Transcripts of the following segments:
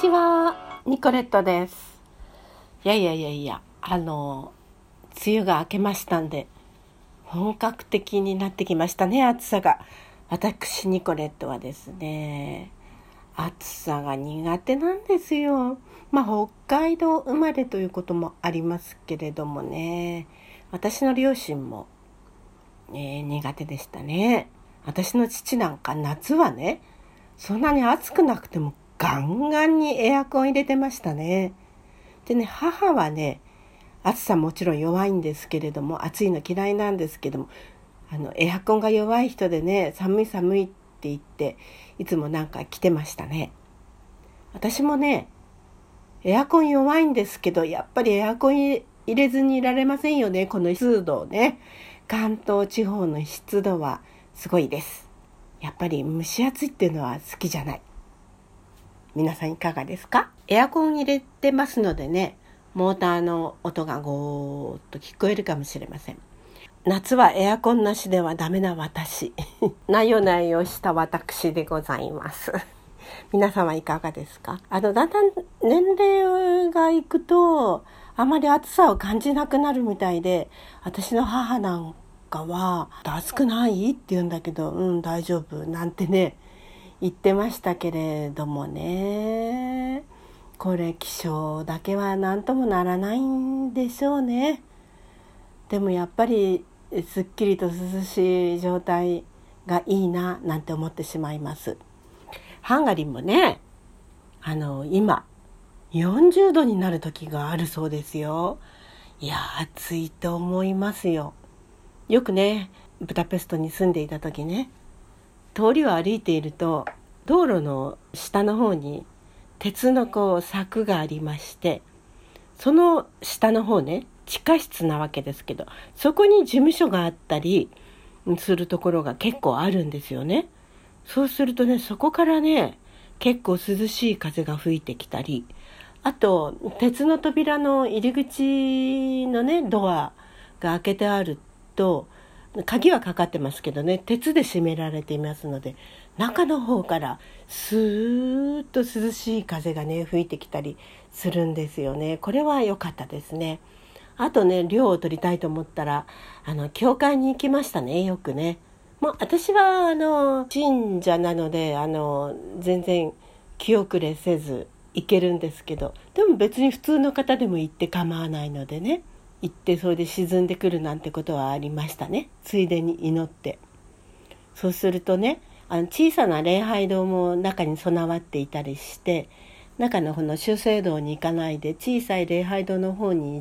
ちは、ニコレットです。いや、梅雨が明けましたんで、本格的になってきましたね、暑さが。私、ニコレットはですね、暑さが苦手なんですよ。北海道生まれということもありますけれどもね、私の両親も、苦手でしたね。私の父なんか夏はね、そんなに暑くなくてもガンガンにエアコン入れてましたね。でね、母はね、暑さもちろん弱いんですけれども、暑いの嫌いなんですけども、エアコンが弱い人でね、寒いって言っていつもなんか来てましたね。私もね、エアコン弱いんですけど、やっぱりエアコン入れずにいられませんよね。この湿度ね、関東地方の湿度はすごいです。やっぱり蒸し暑いっていうのは好きじゃない。皆さんいかがですか？エアコン入れてますのでね、モーターの音がゴーッと聞こえるかもしれません。夏はエアコンなしではダメな私なよなよした私でございます皆様いかがですか？だんだん年齢がいくとあまり暑さを感じなくなるみたいで、私の母なんかは暑くないって言うんだけど、大丈夫なんてね言ってましたけれどもね、これ気象だけは何ともならないんでしょうね。でもやっぱりすっきりと涼しい状態がいいななんて思ってしまいます。ハンガリーもね、今40度になる時があるそうですよ。いや暑いと思いますよ。よくね、ブダペストに住んでいた時ね、通りを歩いていると道路の下の方に鉄の柵がありまして、その下の方ね、地下室なわけですけど、そこに事務所があったりするところが結構あるんですよね。そうするとね、そこからね結構涼しい風が吹いてきたり、あと鉄の扉の入り口のねドアが開けてあると、鍵はかかってますけどね、鉄で閉められていますので、中の方からスーッと涼しい風がね吹いてきたりするんですよね。これは良かったですね。あとね、涼を取りたいと思ったら教会に行きましたね、よくね。私は信者なので全然気遅れせず行けるんですけど、でも別に普通の方でも行って構わないのでね、行ってそれで沈んでくるなんてことはありましたね。ついでに祈って。そうするとね、小さな礼拝堂も中に備わっていたりして、中のこの修正堂に行かないで小さい礼拝堂の方に行って、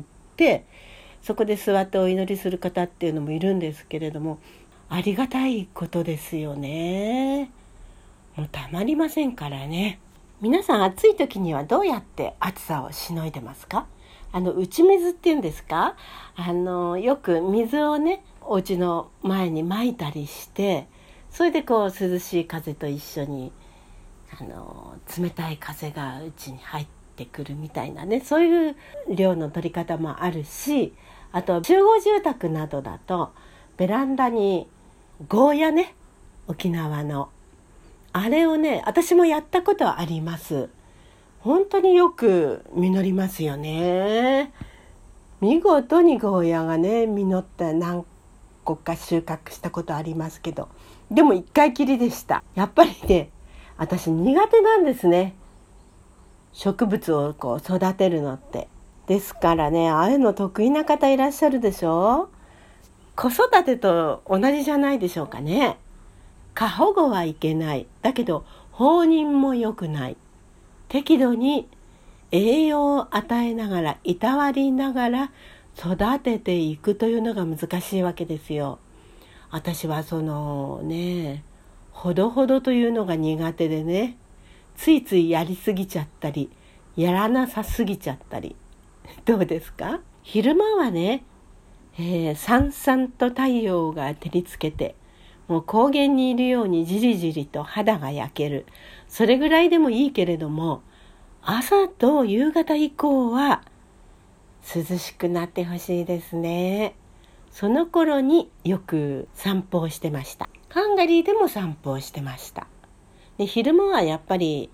そこで座ってお祈りする方っていうのもいるんですけれども、ありがたいことですよね。もうたまりませんからね。皆さん暑い時にはどうやって暑さをしのいでますか？打ち水っていうんですか？よく水をねお家の前に撒いたりして、それで涼しい風と一緒に冷たい風がうちに入ってくるみたいなね、そういう量の取り方もあるし、あと集合住宅などだとベランダにゴーヤね、沖縄のあれをね、私もやったことはあります。本当によく実りますよね。見事にゴーヤがね実って何個か収穫したことありますけど、でも一回きりでした。やっぱりね、私苦手なんですね、植物を育てるのって。ですからね、ああいうの得意な方いらっしゃるでしょ。子育てと同じじゃないでしょうかね。過保護はいけない。だけど放任も良くない。適度に栄養を与えながら、いたわりながら育てていくというのが難しいわけですよ。私はほどほどというのが苦手でね、ついついやりすぎちゃったり、やらなさすぎちゃったり。どうですか？昼間はね、さんさんと太陽が照りつけて、もう高原にいるようにじりじりと肌が焼ける。それぐらいでもいいけれども、朝と夕方以降は涼しくなってほしいですね。その頃によく散歩をしてました。ハンガリーでも散歩をしてました。で、昼間はやっぱり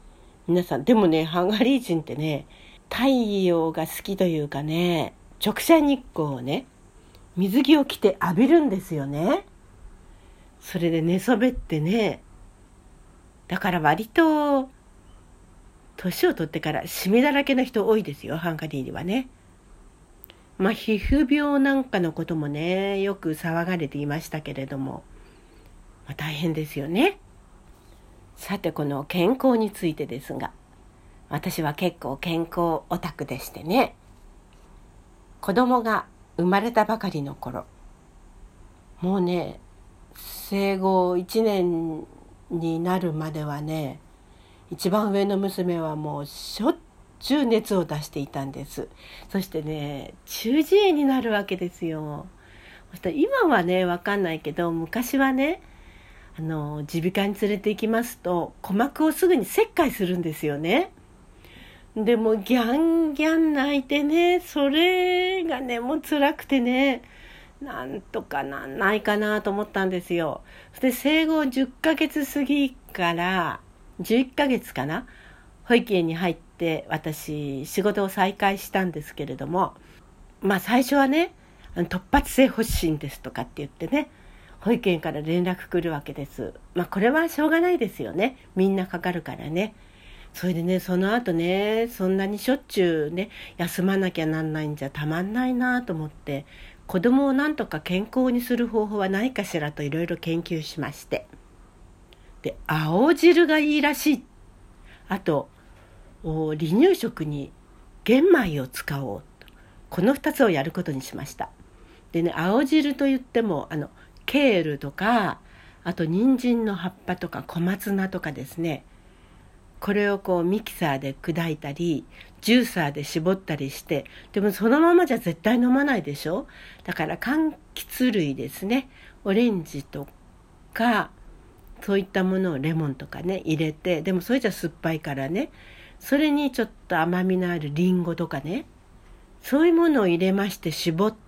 皆さん、でもね、ハンガリー人ってね、太陽が好きというかね、直射日光をね、水着を着て浴びるんですよね。それで寝そべってね、だから割と年を取ってからシミだらけの人多いですよ、ハンガリーにはね。皮膚病なんかのこともね、よく騒がれていましたけれども、大変ですよね。さて、この健康についてですが、私は結構健康オタクでしてね、子供が生まれたばかりの頃、もうね、生後1年になるまではね、一番上の娘はもうしょっちゅう熱を出していたんです。そしてね、中耳炎になるわけですよ。そして今はね、わかんないけど、昔はね、耳鼻科に連れて行きますと、鼓膜をすぐに切開するんですよね。でもギャンギャン泣いてね、それがね、もう辛くてね、なんとかなんないかなと思ったんですよ。そして生後10ヶ月過ぎから11ヶ月かな、保育園に入って私仕事を再開したんですけれども、最初はね、突発性発疹ですとかって言ってね、保育園から連絡来るわけです。これはしょうがないですよね。みんなかかるからね。それでね、その後ね、そんなにしょっちゅうね、休まなきゃなんないんじゃたまんないなと思って、子供をなんとか健康にする方法はないかしらといろいろ研究しまして。で、青汁がいいらしい。あと、離乳食に玄米を使おうと。この2つをやることにしました。でね、青汁といっても、ケールとか、あと人参の葉っぱとか小松菜とかですね、これをミキサーで砕いたりジューサーで絞ったりして、でもそのままじゃ絶対飲まないでしょ。だから柑橘類ですね、オレンジとかそういったものをレモンとかね入れて、でもそれじゃ酸っぱいからね、それにちょっと甘みのあるリンゴとかね、そういうものを入れまして絞って、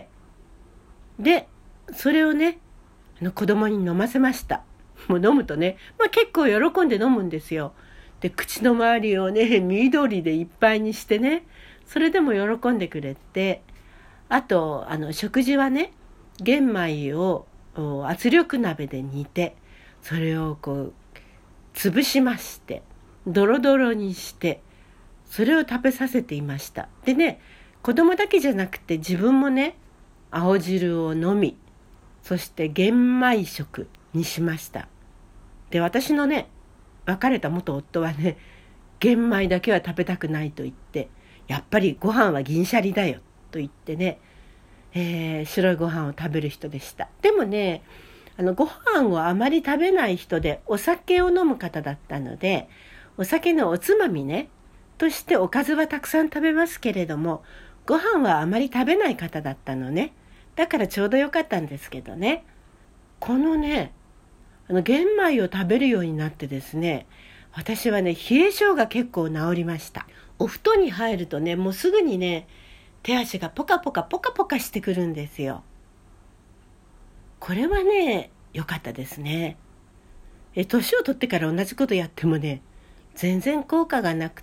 でそれをね子供に飲ませました。もう飲むとね、結構喜んで飲むんですよ。で、口の周りをね、緑でいっぱいにしてね、それでも喜んでくれて、あと、食事はね、玄米を圧力鍋で煮て、それを潰しまして、ドロドロにして、それを食べさせていました。でね、子供だけじゃなくて自分もね、青汁を飲み、そして玄米食にしました。で、私のね、別れた元夫はね、玄米だけは食べたくないと言って、やっぱりご飯は銀シャリだよと言ってね、白いご飯を食べる人でした。でもね、ご飯をあまり食べない人で、お酒を飲む方だったので、お酒のおつまみね、としておかずはたくさん食べますけれども、ご飯はあまり食べない方だったのね。だからちょうどよかったんですけどね。このね、玄米を食べるようになってですね、私はね、冷え性が結構治りました。お布団に入るとね、もうすぐにね、手足がポカポカポカポカしてくるんですよ。これはね、良かったですね。年を取ってから同じことやってもね、全然効果がなくって、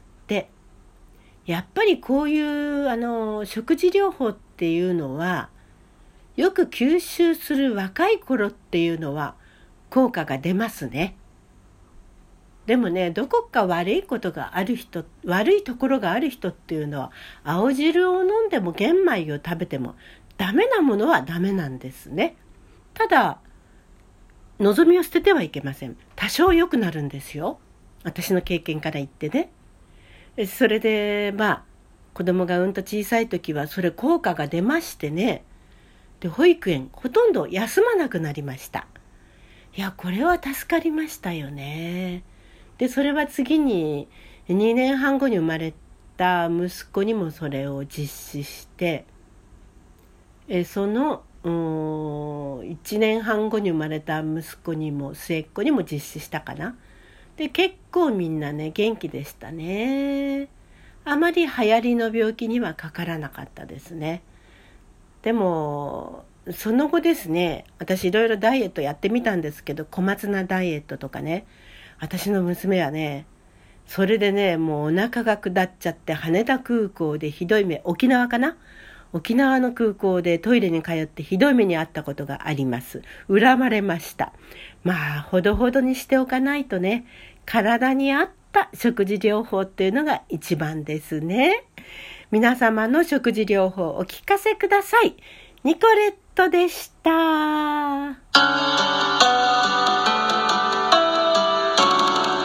やっぱりこういう食事療法っていうのは、よく吸収する若い頃っていうのは効果が出ますね。でもね、どこか悪いことがある人、悪いところがある人っていうのは、青汁を飲んでも玄米を食べてもダメなものはダメなんですね。ただ、望みを捨ててはいけません。多少良くなるんですよ。私の経験から言ってね。それで子供がうんと小さい時はそれ効果が出ましてね。で、保育園ほとんど休まなくなりました。いや、これは助かりましたよね。で、それは次に2年半後に生まれた息子にもそれを実施して、その1年半後に生まれた息子にも末っ子にも実施したかな。で、結構みんなね、元気でしたね。あまり流行りの病気にはかからなかったですね。でもその後ですね、私いろいろダイエットやってみたんですけど、小松菜ダイエットとかね、私の娘はね、 それでね、もうお腹が下っちゃって羽田空港でひどい目、沖縄かな、沖縄の空港でトイレに通ってひどい目に遭ったことがあります。恨まれました。まあほどほどにしておかないとね、体に合った食事療法っていうのが一番ですね。皆様の食事療法お聞かせください。ニコレットでした。